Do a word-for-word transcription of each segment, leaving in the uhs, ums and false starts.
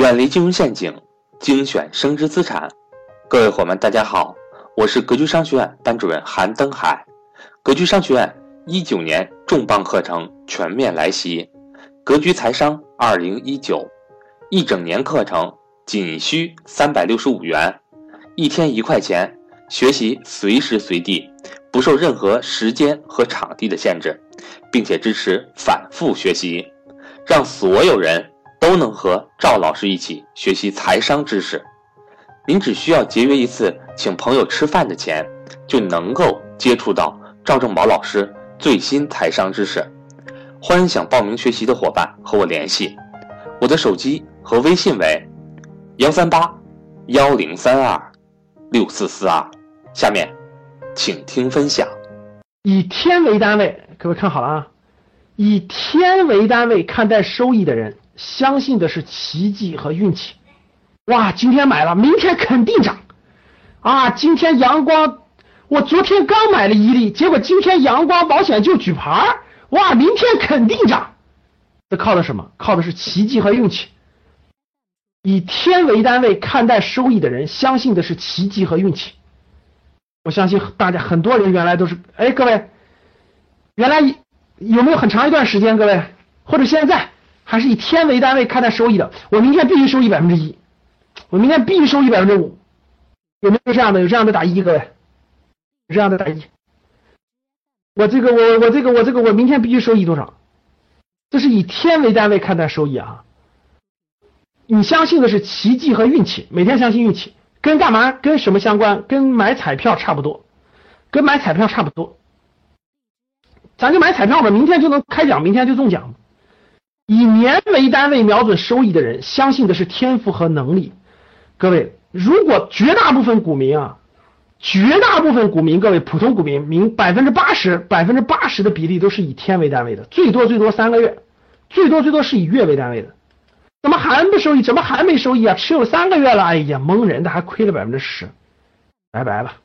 远离金融陷阱，精选升值资产。各位伙伴大家好，我是格局商学院班主任韩登海。格局商学院一九年重磅课程全面来袭，格局财商二零一九，一整年课程仅需三百六十五元，一天一块钱，学习随时随地，不受任何时间和场地的限制，并且支持反复学习，让所有人都能和赵老师一起学习财商知识。您只需要节约一次请朋友吃饭的钱，就能够接触到赵正宝老师最新财商知识。欢迎想报名学习的伙伴和我联系，我的手机和微信为幺三八幺零三二六四四二。下面请听分享。 以天为单位，各位看好了啊！以天为单位看待收益的人，相信的是奇迹和运气。哇，今天买了，明天肯定涨啊！今天阳光，我昨天刚买了一粒，结果今天阳光保险就举牌，哇，明天肯定涨。这靠的什么？靠的是奇迹和运气。以天为单位看待收益的人，相信的是奇迹和运气。我相信大家很多人原来都是，哎，各位，原来有没有很长一段时间，各位或者现在还是以天为单位看待收益的？我明天必须收益百分之一，我明天必须收益百分之五，有没有这样的？有这样的打一，各位，有这样的打一。我这个我我这个我这个我明天必须收益多少？这是以天为单位看待收益啊！你相信的是奇迹和运气，每天相信运气。跟干嘛？跟什么相关？跟买彩票差不多，跟买彩票差不多。咱就买彩票吧，明天就能开奖，明天就中奖。以年为单位瞄准收益的人，相信的是天赋和能力。各位，如果绝大部分股民啊，绝大部分股民，各位普通股民，民百分之八十，百分之八十的比例都是以天为单位的，最多最多三个月，最多最多是以月为单位的。怎么还不收益？怎么还没收益啊？持有了三个月了，哎呀，蒙人的，还亏了百分之十，拜拜了。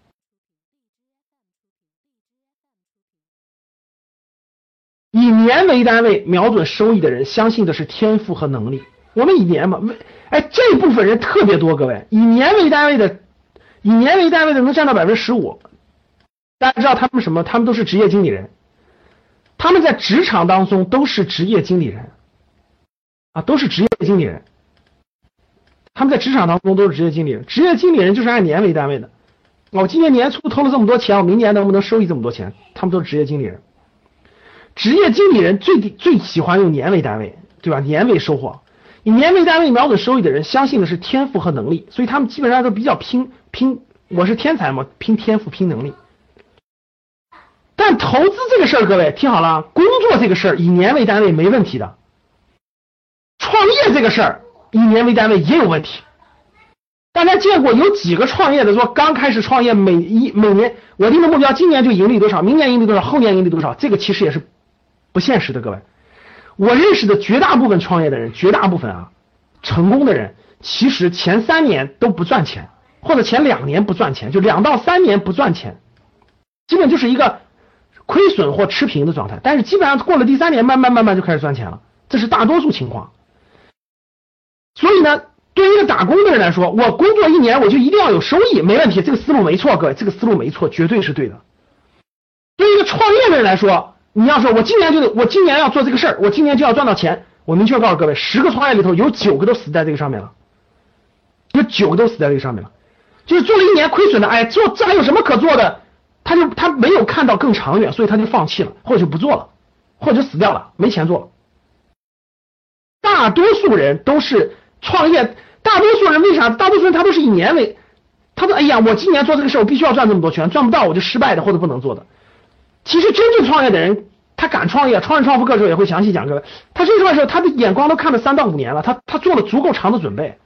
以年为单位瞄准收益的人，相信的是天赋和能力。我们以年嘛，哎，这部分人特别多，各位，以年为单位的，以年为单位的能占到百分之十五。大家知道他们什么？他们都是职业经理人，他们在职场当中都是职业经理人。啊，都是职业经理人，他们在职场当中都是职业经理人。职业经理人就是按年为单位的。我今年年初投了这么多钱，我明年能不能收益这么多钱？他们都是职业经理人。职业经理人最最喜欢用年为单位，对吧？年为收获。以年为单位瞄准收益的人，相信的是天赋和能力，所以他们基本上都比较拼拼。我是天才嘛，拼天赋，拼能力。但投资这个事儿，各位听好了，工作这个事儿以年为单位没问题的。创业这个事儿以年为单位也有问题。大家见过有几个创业的说刚开始创业，每一每年我定的目标今年就盈利多少，明年盈利多少，后年盈利多少，这个其实也是不现实的。各位，我认识的绝大部分创业的人，绝大部分啊成功的人，其实前三年都不赚钱，或者前两年不赚钱，就两到三年不赚钱，基本就是一个亏损或持平的状态。但是基本上过了第三年，慢慢慢慢就开始赚钱了，这是大多数情况。所以呢，对于一个打工的人来说，我工作一年我就一定要有收益，没问题，这个思路没错，各位，这个思路没错，绝对是对的。对于一个创业的人来说，你要说我今年就得，我今年要做这个事儿，我今年就要赚到钱，我明确告诉各位，十个创业里头有九个都死在这个上面了，有九个都死在这个上面了。就是做了一年亏损的，哎，做这还有什么可做的？他就他没有看到更长远，所以他就放弃了，或者就不做了，或者就死掉了，没钱做了。大多数人都是创业，大多数人为啥？大多数人他都是以年为，他说哎呀，我今年做这个事，我必须要赚这么多钱，赚不到我就失败的或者不能做的。其实真正创业的人，他敢创业，创业创富课的时候也会详细讲，各位，他真正创业的时候，他的眼光都看了三到五年了，他他做了足够长的准备，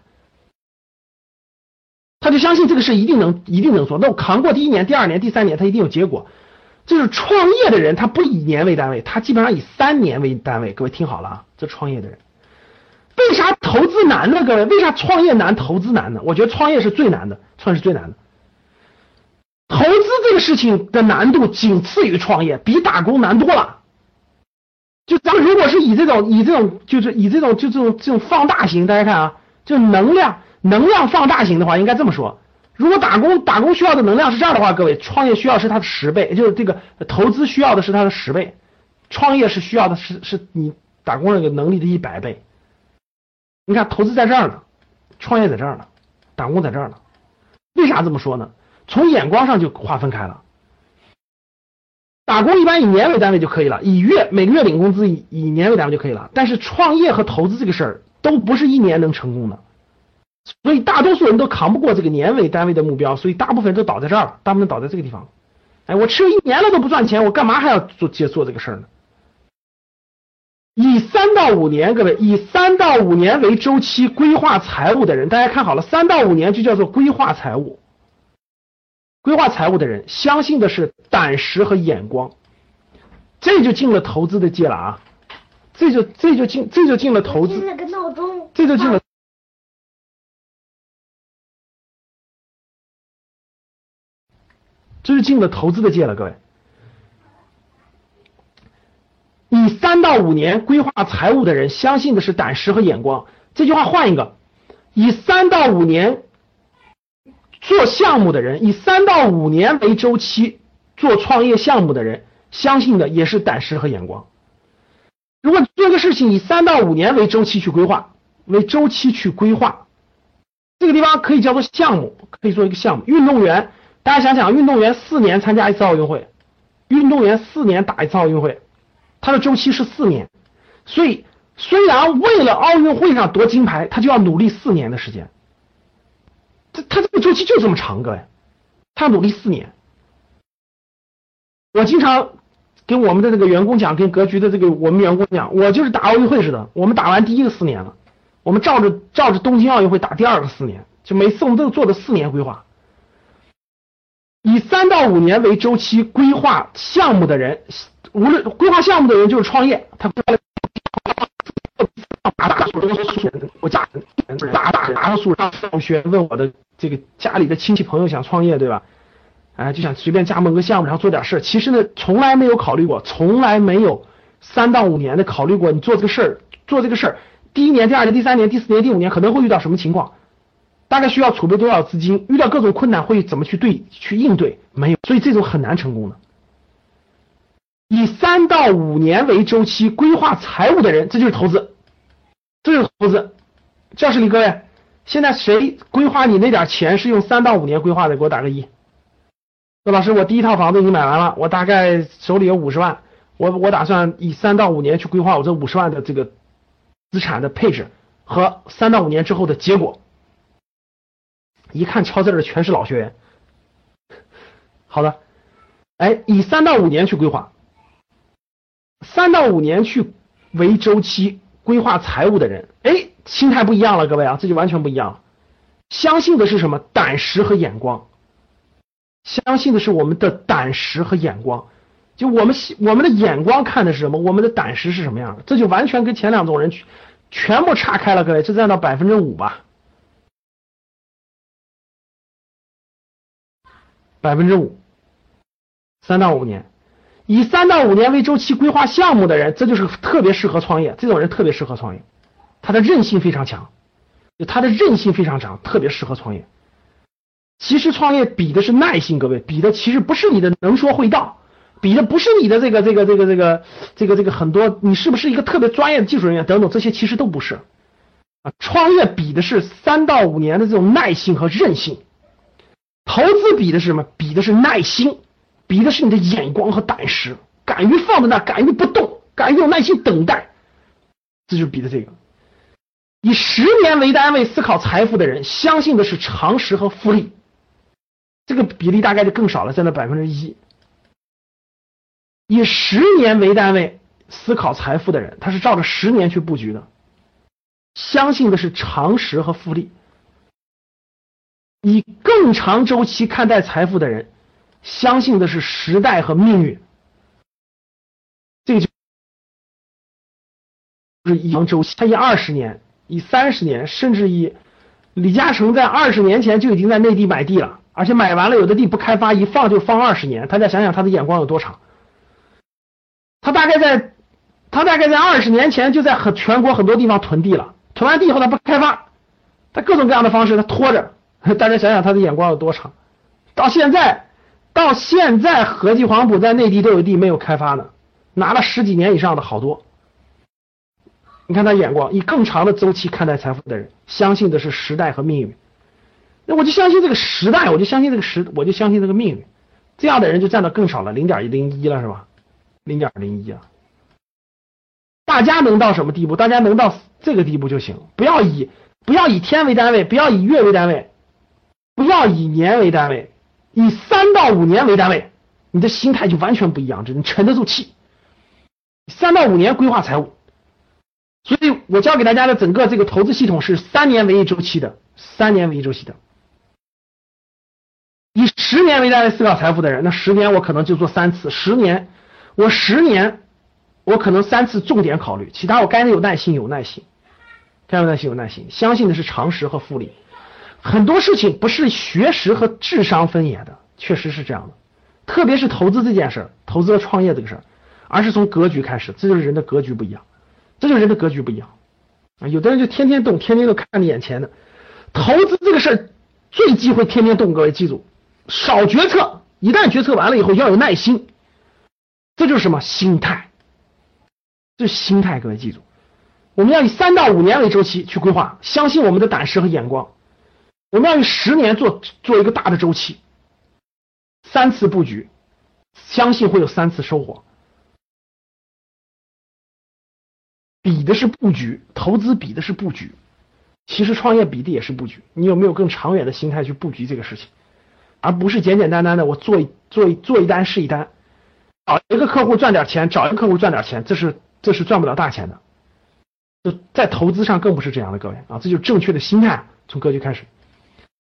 他就相信这个事一定能一定能做。那我扛过第一年、第二年、第三年，他一定有结果。就是创业的人，他不以年为单位，他基本上以三年为单位。各位听好了啊，这创业的人。为啥投资难呢？各位，为啥创业难，投资难呢？我觉得创业是最难的，创业是最难的。投资这个事情的难度仅次于创业，比打工难多了。就咱们如果是以这种以这种就是以这种就这种这种放大型，大家看啊， 就能量能量放大型的话，应该这么说。如果打工打工需要的能量是这样的话，各位，创业需要是它的十倍，就是这个投资需要的是它的十倍，创业是需要的是是你打工那个能力的一百倍。你看，投资在这儿呢，创业在这儿呢，打工在这儿呢。为啥这么说呢？从眼光上就划分开了。打工一般以年为单位就可以了，以月每个月领工资以以年为单位就可以了。但是创业和投资这个事儿都不是一年能成功的，所以大多数人都扛不过这个年为单位的目标，所以大部分人都倒在这儿了，大部分倒在这个地方。哎，我吃了一年了都不赚钱，我干嘛还要做接做这个事儿呢？以三到五年，各位，以三到五年为周期规划财务的人，大家看好了，三到五年就叫做规划财务。规划财务的人相信的是胆识和眼光，这就进了投资的界了啊！这就这就进这就进了投资， 那个闹钟， 这就进了，这就进了投资的界了，各位。以三到五年规划财务的人相信的是胆识和眼光。这句话换一个，以三到五年做项目的人，以三到五年为周期做创业项目的人，相信的也是胆识和眼光。如果做个事情以三到五年为周期去规划，为周期去规划，这个地方可以叫做项目，可以做一个项目。运动员，大家想想，运动员四年参加一次奥运会，运动员四年打一次奥运会，他的周期是四年，所以虽然为了奥运会上夺金牌，他就要努力四年的时间。他他这个周期就这么长，各位，他努力四年。我经常跟我们的这个员工讲，跟格局的这个我们员工讲，我就是打奥运会似的，我们打完第一个四年了，我们照着照着东京奥运会打第二个四年，就每次我们都做的四年规划。以三到五年为周期规划项目的人，无论规划项目的人就是创业，他规划了大大数人，我家大大大数上上学问我的这个家里的亲戚朋友想创业，对吧？哎，就想随便加盟个项目，然后做点事。其实呢，从来没有考虑过，从来没有三到五年的考虑过，你做这个事儿，做这个事儿，第一年、第二年、第三年、第四年、第五年可能会遇到什么情况，大概需要储备多少资金，遇到各种困难会怎么去对去应对，没有，所以这种很难成功的。以三到五年为周期规划财务的人，这就是投资，这就是投资。教室里各位，现在谁规划你那点钱是用三到五年规划的？给我打个一。说老师，我第一套房子已经买完了，我大概手里有五十万，我我打算以三到五年去规划我这五十万的这个资产的配置和三到五年之后的结果。一看敲字的全是老学员。好的，哎，以三到五年去规划，三到五年去为周期规划财务的人，哎，心态不一样了，各位啊，这就完全不一样了。相信的是什么？胆识和眼光。相信的是我们的胆识和眼光，就我们我们的眼光看的是什么，我们的胆识是什么样的，这就完全跟前两种人全部岔开了，各位，这占到百分之五吧，百分之五，三到五年，以三到五年为周期规划项目的人，这就是特别适合创业，这种人特别适合创业，他的韧性非常强，就他的韧性非常强，特别适合创业。其实创业比的是耐性，各位，比的其实不是你的能说会道，比的不是你的这个这个这个这个这个这个很多你是不是一个特别专业的技术人员等等，这些其实都不是啊。创业比的是三到五年的这种耐性和韧性，投资比的是什么？比的是耐心，比的是你的眼光和胆识，敢于放在那，敢于不动，敢于有耐心等待，这就是比的这个。以十年为单位思考财富的人，相信的是常识和复利。这个比例大概就更少了，占到百分之一。以十年为单位思考财富的人，他是照着十年去布局的，相信的是常识和复利。以更长周期看待财富的人，相信的是时代和命运。这个就是以长周期，他以二十年、以三十年，甚至以李嘉诚在二十年前就已经在内地买地了。而且买完了，有的地不开发，一放就放二十年。大家想想他的眼光有多长。他大概在，他大概在二十年前就在很全国很多地方囤地了。囤完地以后他不开发， 他各种各样的方式他拖着，大家想想他的眼光有多长。到现在到现在合计黄埔在内地都有地没有开发呢，拿了十几年以上的好多。你看他眼光，以更长的周期看待财富的人，相信的是时代和命运。那我就相信这个时代，我就相信这个时，我就相信这个命运。这样的人就占到更少了，零点零一了是吧？零点零一啊。大家能到什么地步？大家能到这个地步就行，不要以不要以天为单位，不要以月为单位，不要以年为单位，以三到五年为单位，你的心态就完全不一样，你沉得住气。三到五年规划财务。所以我教给大家的整个这个投资系统是三年为一周期的，三年为一周期的。以十年为单位思考财富的人，那十年我可能就做三次，十年我十年我可能三次重点考虑，其他我该有耐心有耐心，该有耐心有耐心，相信的是常识和复利。很多事情不是学识和智商分野的，确实是这样的，特别是投资这件事，投资和创业这个事儿，而是从格局开始，这就是人的格局不一样。这就是人的格局不一样啊！有的人就天天动，天天都看着眼前的。投资这个事儿最忌讳天天动，各位记住，少决策，一旦决策完了以后要有耐心。这就是什么心态？这是心态，各位记住，我们要以三到五年为周期去规划，相信我们的胆识和眼光。我们要以十年做做一个大的周期，三次布局，相信会有三次收获。比的是布局，投资比的是布局，其实创业比的也是布局。你有没有更长远的心态去布局这个事情，而不是简简单单的我做一做一做一单是一单，找一个客户赚点钱，找一个客户赚点钱，这是这是赚不了大钱的。就在投资上更不是这样的，各位啊，这就是正确的心态，从格局开始。